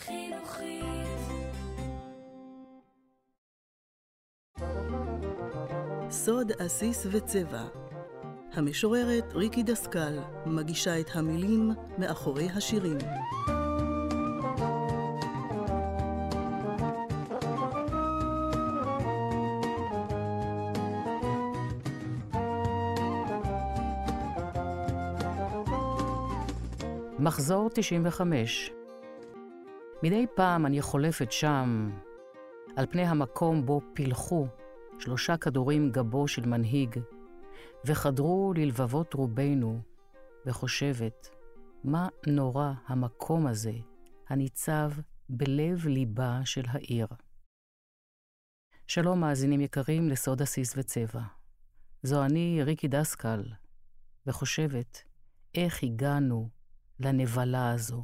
חינוכית. סוד עסיס וצבע. המשוררת ריקי דסקל מגישה את המילים מאחורי השירים. מחזור 95. מדי פעם אני חולפת שם, על פני המקום בו פילחו 3 כדורים גבו של מנהיג, וחדרו ללבבות רובנו, וחושבת, מה נורא המקום הזה, הניצב בלב ליבה של העיר. שלום מאזינים יקרים לסוד עסיס וצבע. זו אני ריקי דסקל, וחושבת, איך הגענו לנבלה הזו.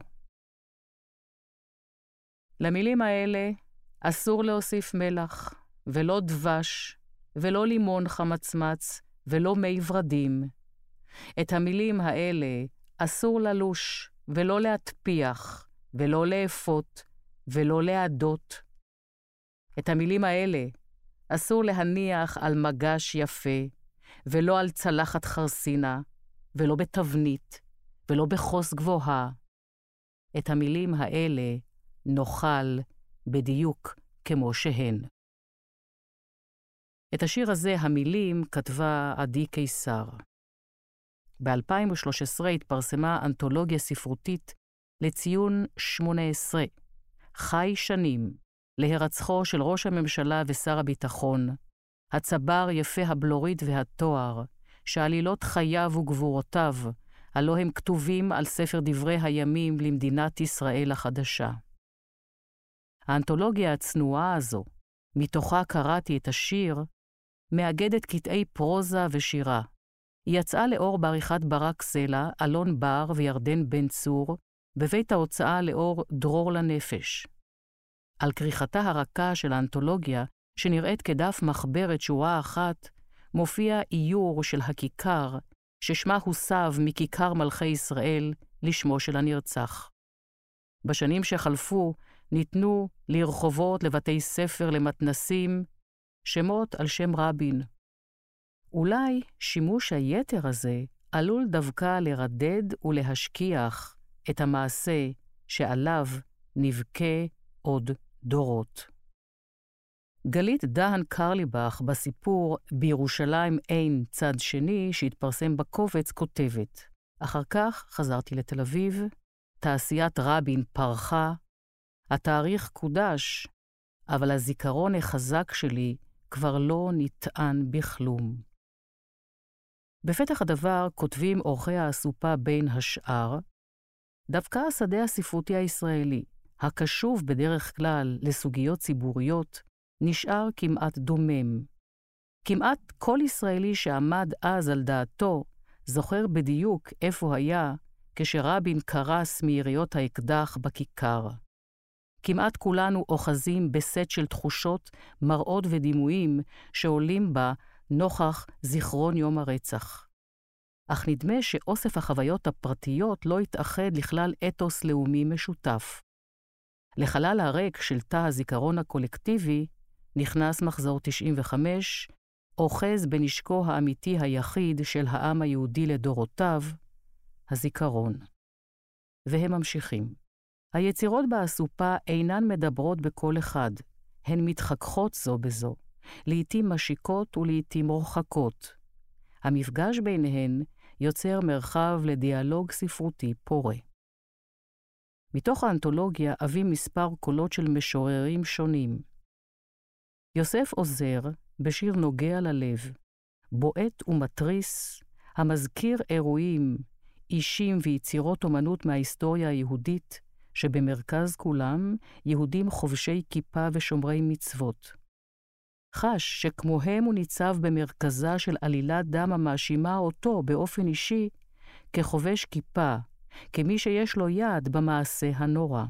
למילים האלה אסור להוסיף מלח, ולא דבש, ולא לימון חמצמץ, ולא מי ורדים. את המילים האלה אסור ללוש, ולא להטפיח, ולא לאפות, ולא להדות. את המילים האלה אסור להניח על מגש יפה, ולא על צלחת חרסינה, ולא בתבנית, ולא בחוס גבוהה. את המילים האלה נאכל בדיוק כמו שהן. את השיר הזה, המילים, כתבה עדי קיסר. ב-2013 התפרסמה אנתולוגיה ספרותית לציון 18, חי שנים, להירצחו של ראש הממשלה ושר הביטחון, הצבר יפה הבלורית והתואר, שעלילות חייו וגבורותיו, הלא הם כתובים על ספר דברי הימים למדינת ישראל החדשה. האנתולוגיה הצנועה הזו, מתוכה קראתי את השיר, מאגדת קטעי פרוזה ושירה. היא יצאה לאור בעריכת ברק סלע, אלון בר וירדן בן צור, בבית ההוצאה לאור דרור לנפש. על כריכתה הרכה של האנתולוגיה, שנראית כדף מחברת שורה אחת, מופיע איור של הכיכר, ששמה הוסב מכיכר מלכי ישראל לשמו של הנרצח. בשנים שחלפו ניתנו לרחובות, לבתי ספר, למתנסים, שמות על שם רבין. אולי שימוש היתר הזה עלול דווקא לרדד ולהשכיח את המעשה שעליו נבכה עוד דורות. גלית דהן קרליבך בסיפור בירושלים אין צד שני שהתפרסם בקובץ כותבת. אחר כך חזרתי לתל אביב, תעשיית רבין פרחה, התאריך קודש, אבל הזיכרון החזק שלי כבר לא נטען בכלום. בפתח הדבר כותבים אורחי האסופה בין השאר, דווקא השדה הספרותי הישראלי, הקשוב בדרך כלל לסוגיות ציבוריות, נשאר כמעט דומם. כמעט כל ישראלי שעמד אז על דעתו, זוכר בדיוק איפה היה כשרבין קרס מיריות האקדח בכיכר. כמעט כולנו אוחזים בסט של תחושות, מראות ודימויים שעולים בה נוכח זיכרון יום הרצח. אך נדמה שאוסף החוויות הפרטיות לא יתאחד לכלל אתוס לאומי משותף. לחלל הריק של תא הזיכרון הקולקטיבי נכנס מחזור 95, אוחז בנשקו האמיתי היחיד של העם היהודי לדורותיו, הזיכרון. והם ממשיכים. היצירות באסופה אינן מדברות בכל אחד, הן מתחככות זו בזו, לעתים משיקות ולעתים רוחקות. המפגש ביניהן יוצר מרחב לדיאלוג ספרותי פורה. מתוך האנתולוגיה אביא מספר קולות של משוררים שונים. יוסף עוזר, בשיר נוגע ללב, בועט ומטריס, המזכיר אירועים, אישים ויצירות אומנות מההיסטוריה היהודית, שבמרכז כולם יהודים חובשי כיפה ושומרי מצוות. חש שכמוהם הוא ניצב במרכזה של עלילת דם המאשימה אותו באופן אישי כחובש כיפה, כמי שיש לו יד במעשה הנורא.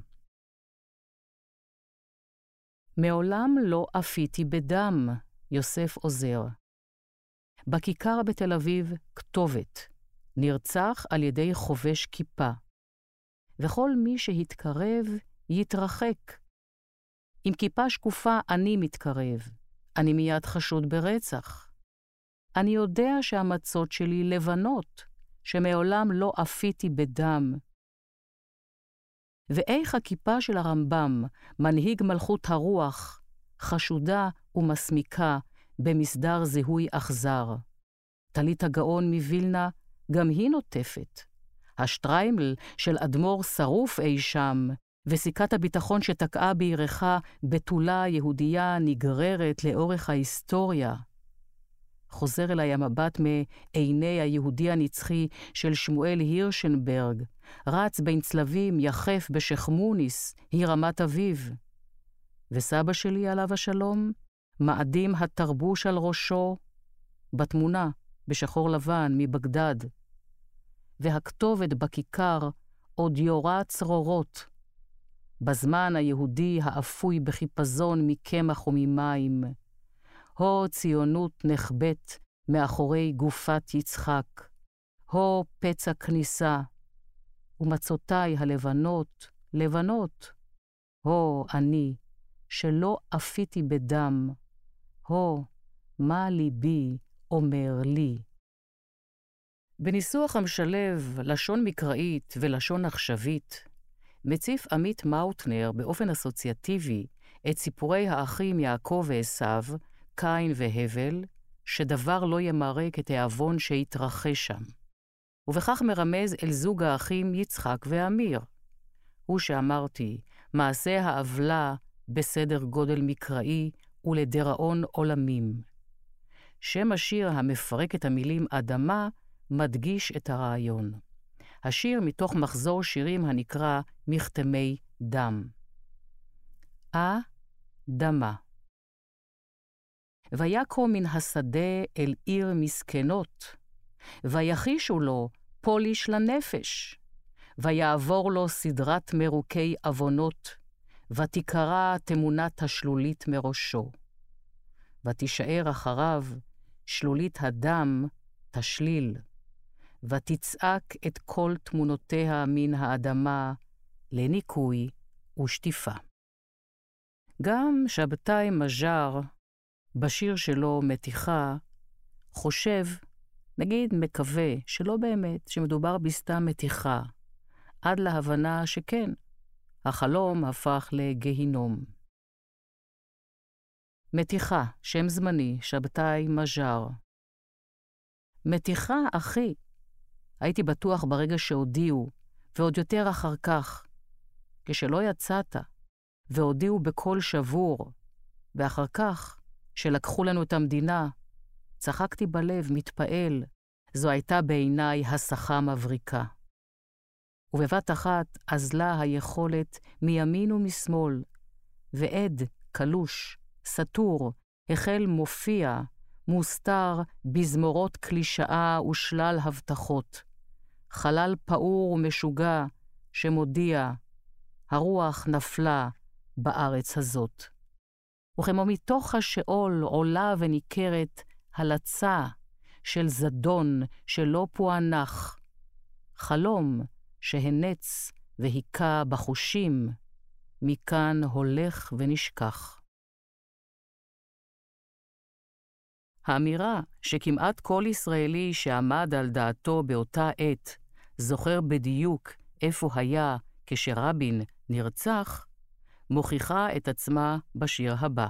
מעולם לא אפיתי בדם, יוסף עוזר. בכיכר בתל אביב כתובת, נרצח על ידי חובש כיפה. וכל מי שהתקרב יתרחק. עם כיפה שקופה אני מתקרב. אני מיד חשוד ברצח. אני יודע שהמצות שלי לבנות, שמעולם לא אפיתי בדם. ואיך הכיפה של הרמב"ם, מנהיג מלכות הרוח, חשודה ומסמיקה במסדר זיהוי אכזר. טלית הגאון מווילנה גם היא נוטפת. השטריימל של אדמו"ר שרוף אי שם, וסיכת הביטחון שתקעה בירחה בתולה יהודייה נגררת לאורך ההיסטוריה. חוזר אליי המבט מעיני היהודי הנצחי של שמואל הירשנברג, רץ בין צלבים יחף בשכמוניס, היא רמת אביב. וסבא שלי עליו השלום, מאדים התרבוש על ראשו, בתמונה, בשחור לבן, מבגדד. והכתובת בכיכר עוד יורה צרורות. בזמן היהודי האפוי בחיפזון מקמח וממים. הו ציונות נחבט מאחורי גופת יצחק. הו פצע כניסה. ומצותיי הלבנות, לבנות. הו אני, שלא אפיתי בדם. הו, מה ליבי אומר לי. בניסוח המשלב לשון מקראית ולשון עכשווית, מציף עמית מאוטנר באופן אסוציאטיבי את סיפורי האחים יעקב ועשיו, קין והבל, שדבר לא ימרק את העוון שהתרחש שם. ובכך מרמז אל זוג האחים יצחק ואמיר. הוא שאמרתי, מעשה העוולה בסדר גודל מקראי ולדיראון עולמים. שם השיר המפרק את המילים אדמה מדגיש את הרעיון. השיר מתוך מחזור שירים הנקרא מכתמי דם. דמה. ויקום מן השדה אל עיר מסכנות, ויחישו לו פוליש לנפש, ויעבור לו סדרת מרוקי אבונות, ותקרא תמונת השלולית מראשו. ותישאר אחריו שלולית הדם תשליל, ותצעק את כל תמונותיה מן האדמה לניקוי ושטיפה. גם שבתאי מז'אר, בשיר שלו מתיחה, חושב, נגיד מקווה, שלא באמת, שמדובר בסתם מתיחה, עד להבנה שכן, החלום הפך לגיהינום. מתיחה, שם זמני, שבתאי מז'אר. מתיחה, אחי. הייתי בטוח ברגע שהודיעו, ועוד יותר אחר כך, כשלא יצאת, והודיעו בקול שבור, ואחר כך, שלקחו לנו את המדינה, צחקתי בלב, מתפעל, זו הייתה בעיניי הסחה מבריקה. ובבת אחת אזלה היכולת מימין ומשמאל, ועד, קלוש, סתור, החל מופיע, מוסתר בזמורות קלישאה ושלל הבטחות. חלל פעור ומשוגע שמודיע, הרוח נפלה בארץ הזאת. וכמו מתוך השאול עולה וניכרת הלצה של זדון שלא פוענח, חלום שהנץ והיכה בחושים, מכאן הולך ונשכח. האמירה שכמעט כל ישראלי שעמד על דעתו באותה עת זוכר בדיוק איפה היה כשרבין נרצח, מוכיחה את עצמה בשיר הבא.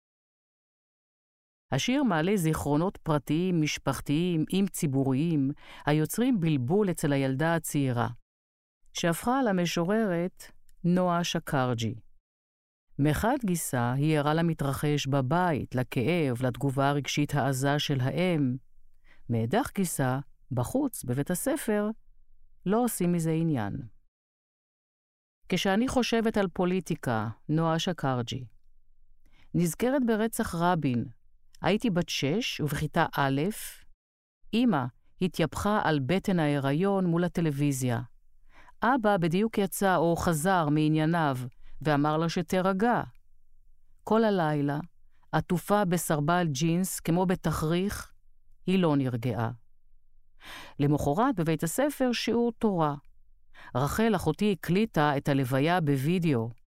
השיר מעלה זיכרונות פרטיים, משפחתיים, עם ציבוריים, היוצרים בלבול אצל הילדה הצעירה, שהפכה למשוררת נועה שקרג'י. מחד גיסה היא ערה למתרחש בבית, לכאב, לתגובה הרגשית העזה של האם. מאידך גיסה, בחוץ, בבית הספר, לא עושים מזה עניין. כשאני חושבת על פוליטיקה, נועה שקרג'י, נזכרת ברצח רבין. הייתי בת 6 ובכיתה א', אמא התייפחה על בטן ההיריון מול הטלוויזיה. אבא בדיוק יצא או חזר מענייניו ואמר לה שתרגע. כל הלילה, עטופה בסרבל ג'ינס כמו בתכריך, היא לא נרגעה. למחרת בבית הספר שיעור תורה. רחל אחותי הקליטה את הלוויה בווידאו,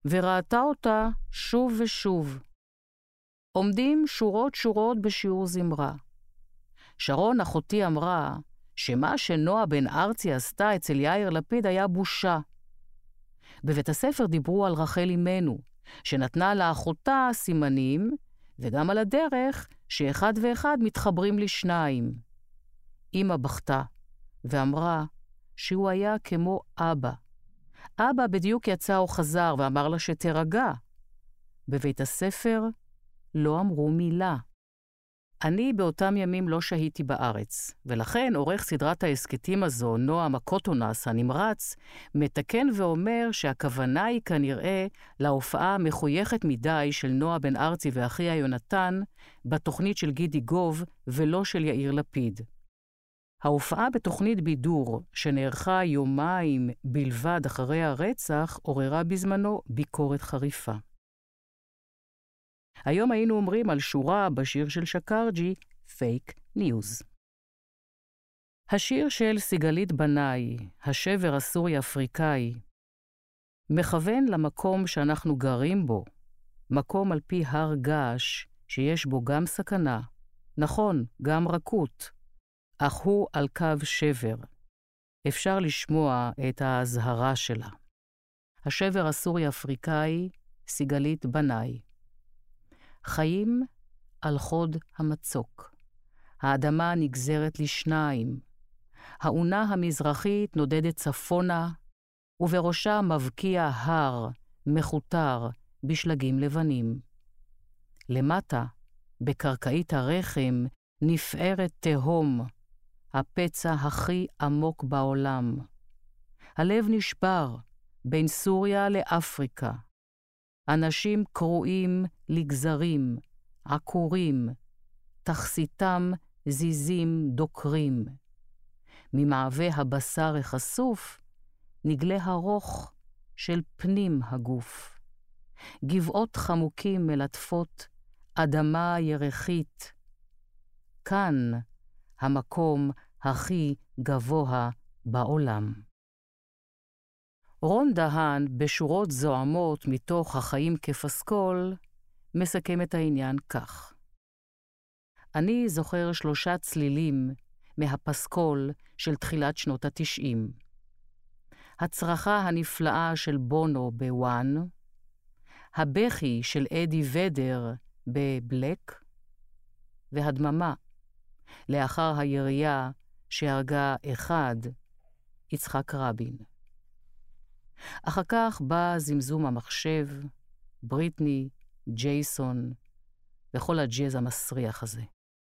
וראתה אותה שוב ושוב. עומדים שורות בשיעור זמרה. שרון אחותי אמרה שמה שנועה בן ארצי עשתה אצל יאיר לפיד היה בושה. בבית הספר דיברו על רחל אמנו, שנתנה לאחותה סימנים, וגם על הדרך שאחד ואחד מתחברים לשניים. אמא בכתה, ואמרה שהוא היה כמו אבא. אבא בדיוק יצא או חזר ואמר לה שתרגע. בבית הספר לא אמרו מילה. אני באותם ימים לא שהיתי בארץ, ולכן עורך סדרת ההסקטים הזו, נועם הקוטונס הנמרץ, מתקן ואומר שהכוונה היא כנראה להופעה המחויכת מדי של נועה בן ארצי ואחיה יונתן בתוכנית של גידי גוב ולא של יאיר לפיד. ההופעה בתוכנית בידור, שנערכה יומיים בלבד אחרי הרצח, עוררה בזמנו ביקורת חריפה. היום היינו אומרים על שורה בשיר של שקרג'י, פייק ניוז. השיר של סיגלית בנאי, השבר הסורי-אפריקאי, מכוון למקום שאנחנו גרים בו, מקום על פי הר געש שיש בו גם סכנה, נכון, גם רכות, אך הוא על קו שבר. אפשר לשמוע את ההזהרה שלה. השבר הסורי-אפריקאי, סיגלית בנאי. חיים על חוד המצוק. האדמה נגזרת לשניים. העונה המזרחית נודדת צפונה, ובראשה מבקיע הר, מחותר, בשלגים לבנים. למטה, בקרקעית הרחם, נפערת תהום, הפצע הכי עמוק בעולם. הלב נשבר בין סוריה לאפריקה. אנשים קרועים לגזרים, עקורים, תכסיתם זיזים דוקרים. ממעווה הבשר החשוף נגלה הרוך של פנים הגוף. גבעות חמוקים מלטפות, אדמה ירחית. כאן המקום הכי גבוה בעולם. רון דהן, בשורות זוהמות מתוך החיים כפסקול, מסכם את העניין כך. אני זוכר 3 צלילים מהפסקול של תחילת שנות ה-90. הצרחה הנפלאה של בונו בוואן, הבכי של אדי ודר בבלק, והדממה לאחר הירייה שהרגה אחד, יצחק רבין. אחר כך בא זמזום המחשב, בריטני, ג'ייסון, וכל הג'אז המסריח הזה.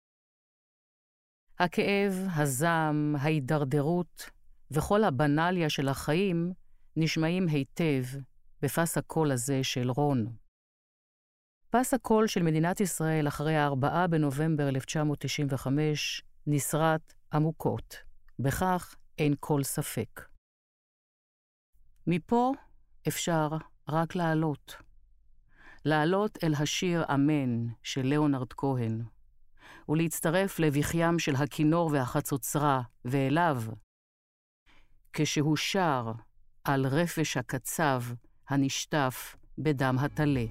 הכאב, הזעם, ההידרדרות וכל הבנליה של החיים נשמעים היטב בפס הקול הזה של רון. פס הקול של מדינת ישראל אחרי 4 בנובמבר 1995 נשרט עמוקות, בכך אין כל ספק. מפה אפשר רק לעלות אל השיר אמן של ליאונרד כהן, ולהצטרף לבכיים של הכינור והחצוצרה, ואליו, כשהוא שר על רפש הקצב הנשטף בדם הטלה.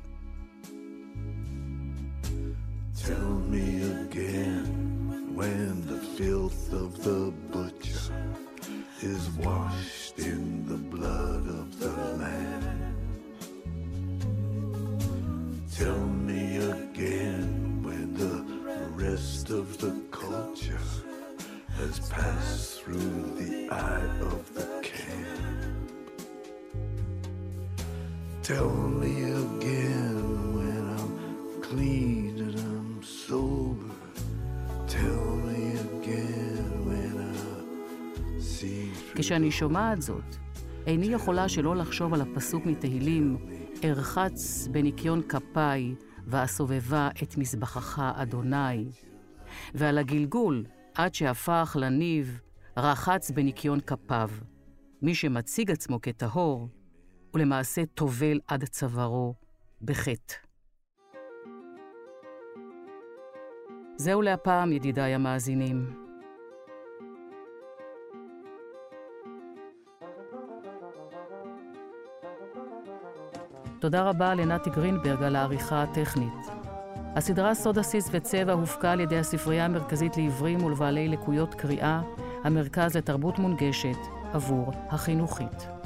Tell me again when the filth of the butcher is washed in the blood of the lamb. Tell me again when the rest of the culture has passed through the eye of the camp. Tell me again when I'm clean and I'm sober. Tell me again when I see through. כשאני שומעת זאת, איני יכולה שלא לחשוב על הפסוק מתהילים, ארחץ בניקיון כפיי ואסובבה את מזבחך אדוני, ועל הגלגול עד שהפך לניב רחץ בניקיון כפיו. מי שמציג עצמו כטהור, ולמעשה טובל עד צווארו בחטא. זהו להפעם, ידידיי המאזינים. תודה רבה לנתי גרינברג על העריכה הטכנית. הסדרה סוד עסיס וצבע הופקה על ידי הספרייה המרכזית לעיוורים ולבעלי לקויות קריאה, המרכז לתרבות מונגשת עבור החינוכית.